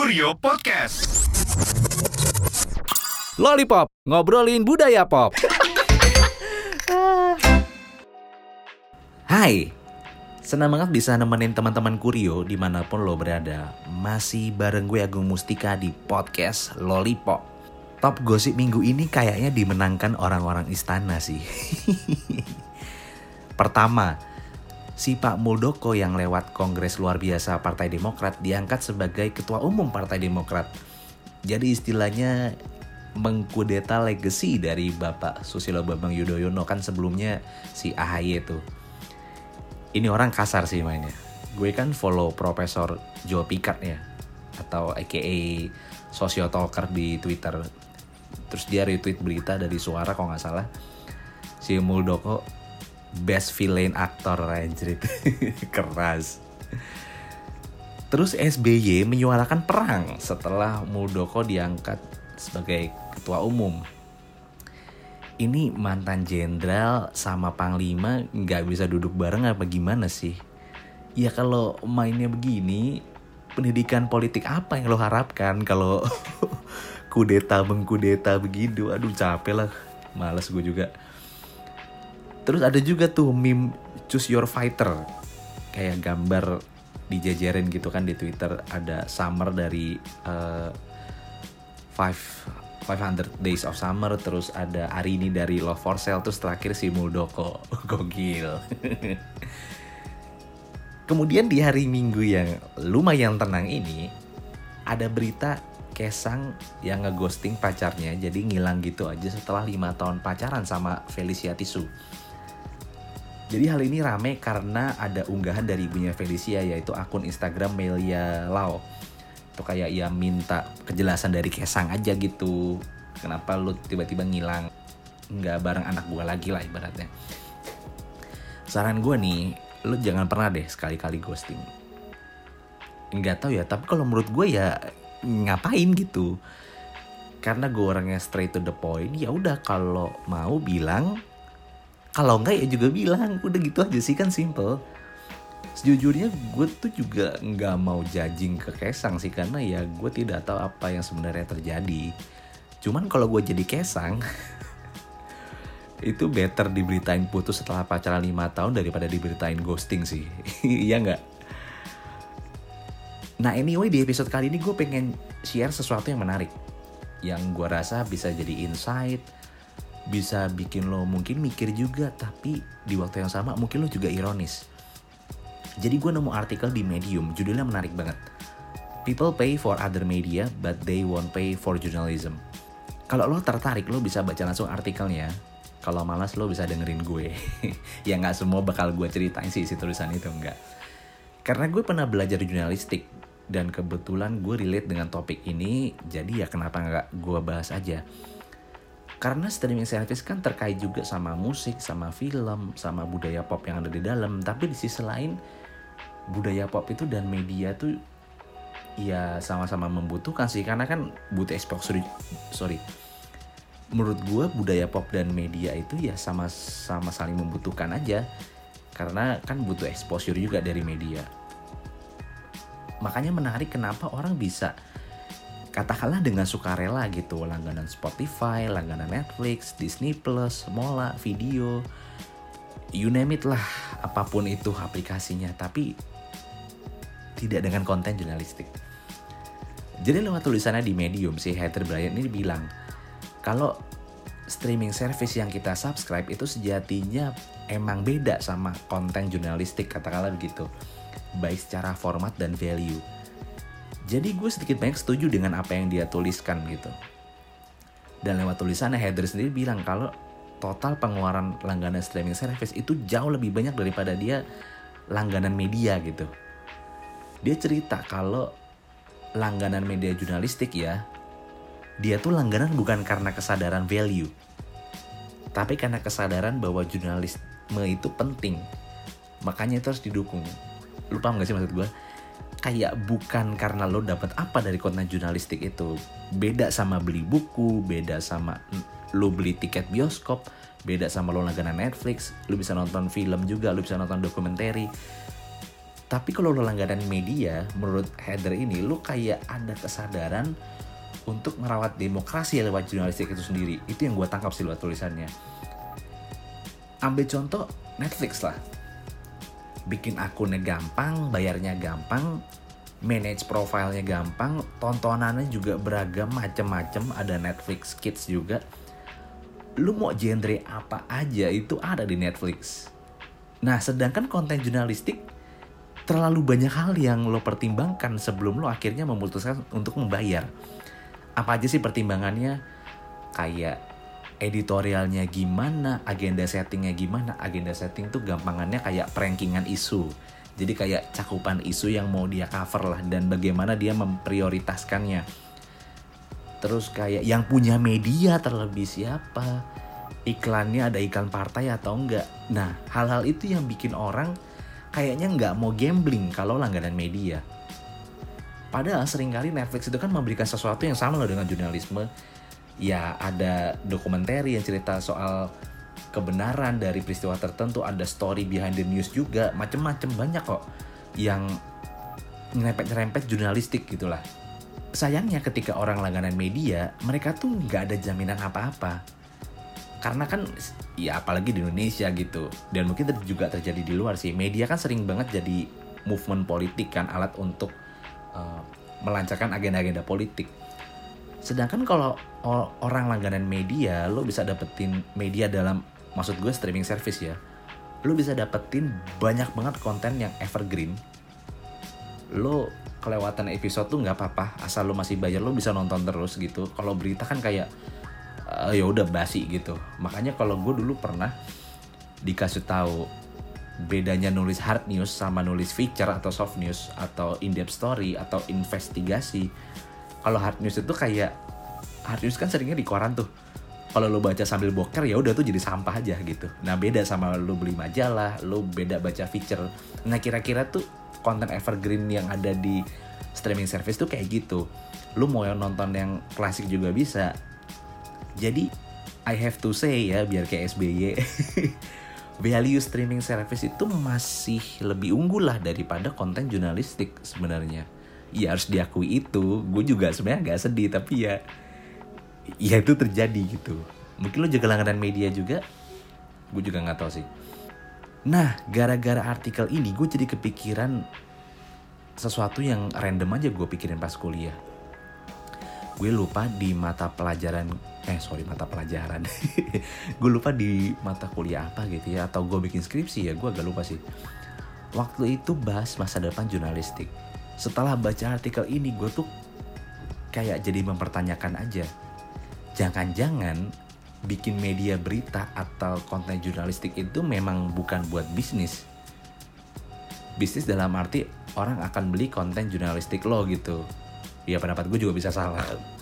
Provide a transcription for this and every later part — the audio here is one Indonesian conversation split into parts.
Kurio Podcast. Lollipop, ngobrolin budaya pop. Hai, senang banget bisa nemenin teman-teman Kurio dimanapun lo berada. Masih bareng gue Agung Mustika di podcast Lollipop. Top gosip minggu ini kayaknya dimenangkan orang-orang istana sih. Pertama, si Pak Muldoko yang lewat Kongres Luar Biasa Partai Demokrat diangkat sebagai Ketua Umum Partai Demokrat. Jadi istilahnya mengkudeta legacy dari Bapak Susilo Bambang Yudhoyono, kan sebelumnya si AHY tuh. Ini orang kasar sih mainnya. Gue kan follow Profesor Joe Pikat ya, atau aka Sosiotalker di Twitter. Terus dia retweet berita dari Suara kalau nggak salah, si Muldoko best villain aktor, anjrit. Keras. Terus SBY menyuarakan perang setelah Muldoko diangkat sebagai ketua umum. Ini mantan jenderal sama panglima nggak bisa duduk bareng apa gimana sih? Ya kalau mainnya begini, pendidikan politik apa yang lo harapkan kalau kudeta mengkudeta begitu? Aduh capek lah, males gue juga. Terus ada juga tuh meme choose your fighter, kayak gambar dijajarin gitu kan di Twitter, ada Summer dari 500 Days of Summer, terus ada Arini dari Love for Sale, terus terakhir si Muldoko. Gokil. Kemudian di hari Minggu yang lumayan tenang ini, ada berita Kaesang yang ngeghosting pacarnya, jadi ngilang gitu aja setelah 5 tahun pacaran sama Felicia Tisu. Jadi hal ini rame karena ada unggahan dari ibunya Felicia, yaitu akun Instagram Melia Lau. Itu kayak ya minta kejelasan dari Kaesang aja gitu. Kenapa lu tiba-tiba ngilang, nggak bareng anak gua lagi lah ibaratnya. Saran gua nih, lu jangan pernah deh sekali-kali ghosting. Nggak tahu ya, tapi kalau menurut gua ya ngapain gitu. Karena gua orangnya straight to the point. Ya udah, kalau mau bilang, kalau enggak ya juga bilang, udah gitu aja sih, kan simple. Sejujurnya gue tuh juga nggak mau judging ke Kaesang sih, karena ya gue tidak tahu apa yang sebenarnya terjadi. Cuman kalau gue jadi Kaesang, itu better diberitain putus setelah pacaran 5 tahun daripada diberitain ghosting sih. Iya nggak? Nah anyway, di episode kali ini gue pengen share sesuatu yang menarik, yang gue rasa bisa jadi insight, bisa bikin lo mungkin mikir juga, tapi di waktu yang sama mungkin lo juga ironis. Jadi gue nemu artikel di Medium, judulnya menarik banget. People pay for other media, but they won't pay for journalism. Kalau lo tertarik, lo bisa baca langsung artikelnya. Kalau malas, lo bisa dengerin gue. Ya nggak semua bakal gue ceritain sih isi tulisan itu, enggak. Karena gue pernah belajar jurnalistik, dan kebetulan gue relate dengan topik ini, jadi ya kenapa nggak gue bahas aja. Karena streaming service kan terkait juga sama musik, sama film, sama budaya pop yang ada di dalam. Tapi di sisi lain, budaya pop itu dan media tuh ya sama-sama membutuhkan sih. Karena kan butuh exposure. Menurut gue budaya pop dan media itu ya sama-sama saling membutuhkan aja. Karena kan butuh exposure juga dari media. Makanya menarik kenapa orang bisa katakanlah dengan sukarela gitu, langganan Spotify, langganan Netflix, Disney Plus, Mola, video, you name it lah, apapun itu aplikasinya, tapi tidak dengan konten jurnalistik. Jadi lewat tulisannya di Medium, si Heather Bryant ini bilang, kalau streaming service yang kita subscribe itu sejatinya emang beda sama konten jurnalistik, katakanlah begitu, baik secara format dan value. Jadi gue sedikit banyak setuju dengan apa yang dia tuliskan gitu. Dan lewat tulisannya Heather sendiri bilang kalau total pengeluaran langganan streaming service itu jauh lebih banyak daripada dia langganan media gitu. Dia cerita kalau langganan media jurnalistik ya, dia tuh langganan bukan karena kesadaran value, tapi karena kesadaran bahwa jurnalisme itu penting. Makanya itu harus didukung. Lu paham gak sih maksud gue? Kayak bukan karena lo dapat apa dari konten jurnalistik itu. Beda sama beli buku, beda sama lo beli tiket bioskop, beda sama lo langganan Netflix, lo bisa nonton film juga, lo bisa nonton dokumenter. Tapi kalau lo langganan media, menurut header ini, lo kayak ada kesadaran untuk merawat demokrasi lewat jurnalistik itu sendiri. Itu yang gue tangkap sih lewat tulisannya. Ambil contoh Netflix lah. Bikin akunnya gampang, bayarnya gampang, manage profilnya gampang, tontonannya juga beragam, macem-macem, ada Netflix Kids juga. Lu mau genre apa aja itu ada di Netflix. Nah, sedangkan konten jurnalistik terlalu banyak hal yang lo pertimbangkan sebelum lo akhirnya memutuskan untuk membayar. Apa aja sih pertimbangannya? Kayak editorialnya gimana, agenda settingnya gimana. Agenda setting tuh gampangannya kayak perankingan isu. Jadi kayak cakupan isu yang mau dia cover lah, dan bagaimana dia memprioritaskannya. Terus kayak yang punya media terlebih siapa, iklannya ada iklan partai atau enggak. Nah, hal-hal itu yang bikin orang kayaknya nggak mau gambling kalau langganan media. Padahal seringkali Netflix itu kan memberikan sesuatu yang sama loh dengan jurnalisme. Ya ada dokumenter yang cerita soal kebenaran dari peristiwa tertentu, ada story behind the news juga, macem-macem banyak kok yang nyerempet-nyerempet jurnalistik gitulah. Sayangnya ketika orang langganan media, mereka tuh nggak ada jaminan apa-apa. Karena kan ya apalagi di Indonesia gitu, dan mungkin juga terjadi di luar sih, media kan sering banget jadi movement politik kan, alat untuk melancarkan agenda-agenda politik. Sedangkan kalau orang langganan media, lo bisa dapetin media dalam, maksud gue streaming service ya, lo bisa dapetin banyak banget konten yang evergreen. Lo kelewatan episode tuh nggak apa-apa, asal lo masih bayar lo bisa nonton terus gitu. Kalau berita kan kayak ya udah basi gitu. Makanya kalau gue dulu pernah dikasih tahu bedanya nulis hard news sama nulis feature atau soft news atau in-depth story atau investigasi. Kalau hard news itu kayak, hard news kan seringnya di koran tuh. Kalau lo baca sambil boker ya udah tuh jadi sampah aja gitu. Nah beda sama lo beli majalah, lo beda baca feature. Nah kira-kira tuh konten evergreen yang ada di streaming service tuh kayak gitu. Lo mau yang nonton yang klasik juga bisa. Jadi I have to say ya, biar kayak SBY, value streaming service itu masih lebih unggul lah daripada konten jurnalistik sebenarnya. Ya harus diakui itu. Gue juga sebenarnya agak sedih, tapi ya itu terjadi gitu. Mungkin lo juga langganan media juga, gue juga nggak tahu sih. Nah, gara-gara artikel ini gue jadi kepikiran sesuatu yang random aja gue pikirin pas kuliah. Gue lupa di mata pelajaran gue lupa di mata kuliah apa gitu ya, atau gue bikin skripsi ya, gue agak lupa sih. Waktu itu bahas masa depan jurnalistik. Setelah baca artikel ini, gue tuh kayak jadi mempertanyakan aja, jangan-jangan bikin media berita atau konten jurnalistik itu memang bukan buat bisnis. Bisnis dalam arti orang akan beli konten jurnalistik lo gitu. Ya pendapat gue juga bisa salah.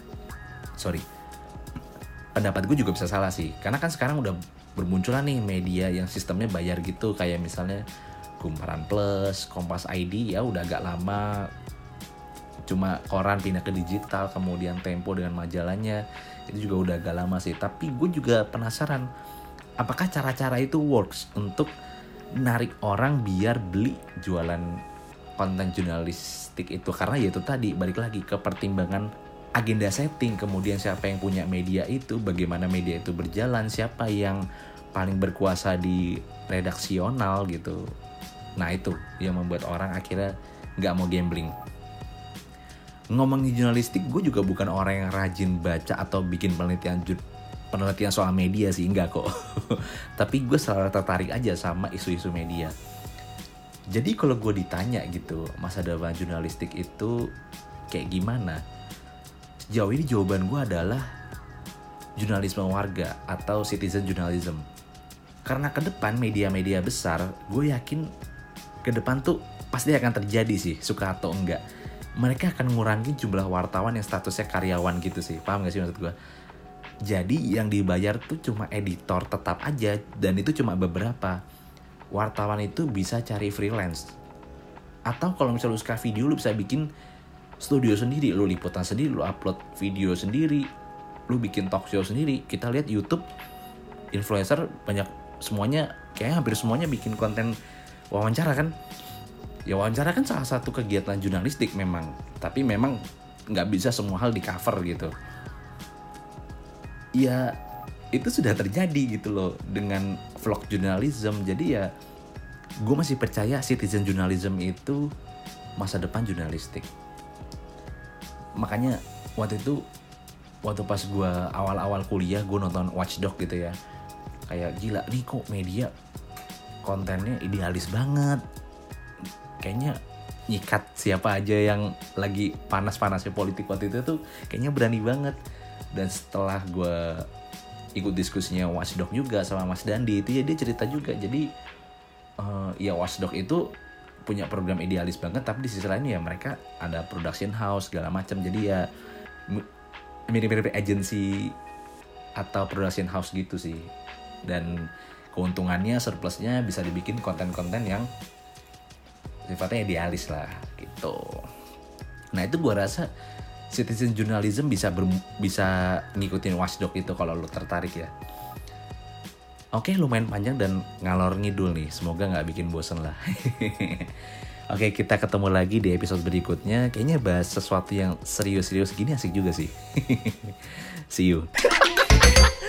Pendapat gue juga bisa salah sih. Karena kan sekarang udah bermunculan nih media yang sistemnya bayar gitu. Kayak misalnya Kumparan Plus, Kompas ID ya udah agak lama. Cuma koran pindah ke digital, kemudian Tempo dengan majalahnya. Itu juga udah agak lama sih. Tapi gue juga penasaran, apakah cara-cara itu works untuk narik orang biar beli jualan konten jurnalistik itu. Karena ya itu tadi, balik lagi ke pertimbangan agenda setting, kemudian siapa yang punya media itu, bagaimana media itu berjalan, siapa yang paling berkuasa di redaksional gitu. Nah itu yang membuat orang akhirnya gak mau gambling. Ngomongin jurnalistik, gue juga bukan orang yang rajin baca atau bikin penelitian soal media sih, enggak kok. Tapi gue selalu tertarik aja sama isu-isu media. Jadi kalau gue ditanya gitu, masa depan jurnalistik itu kayak gimana? Sejauh ini jawaban gue adalah jurnalisme warga atau citizen journalism. Karena ke depan media-media besar, gue yakin ke depan tuh pasti akan terjadi sih, suka atau enggak. Mereka akan ngurangin jumlah wartawan yang statusnya karyawan gitu sih. Paham gak sih maksud gue? Jadi yang dibayar tuh cuma editor tetap aja, dan itu cuma beberapa. Wartawan itu bisa cari freelance. Atau kalau misalnya lu suka video, lu bisa bikin studio sendiri, lu liputan sendiri, lu upload video sendiri, lu bikin talk show sendiri. Kita lihat YouTube, influencer banyak, semuanya, kayaknya hampir semuanya bikin konten wawancara kan. Ya wawancara kan salah satu kegiatan jurnalistik memang, tapi memang nggak bisa semua hal di cover gitu. Ya itu sudah terjadi gitu loh dengan vlog journalism. Jadi ya gue masih percaya citizen journalism itu masa depan jurnalistik. Makanya waktu pas gue awal-awal kuliah gue nonton Watchdog gitu ya, kayak gila nih kok media kontennya idealis banget, kayaknya nyikat siapa aja yang lagi panas-panasnya politik waktu itu tuh kayaknya berani banget. Dan setelah gue ikut diskusinya Watchdog juga sama Mas Dandi itu ya, dia cerita juga, jadi ya Watchdog itu punya program idealis banget, tapi di sisi lain ya mereka ada production house segala macam, jadi ya mirip-mirip agency atau production house gitu sih. Dan keuntungannya, surplusnya bisa dibikin konten-konten yang sifatnya idealis lah gitu. Nah itu gue rasa citizen journalism bisa ngikutin Watchdog itu kalau lo tertarik ya. Oke, lumayan panjang dan ngalor ngidul nih, semoga gak bikin bosen lah. Oke, kita ketemu lagi di episode berikutnya. Kayaknya bahas sesuatu yang serius-serius gini asik juga sih. See you.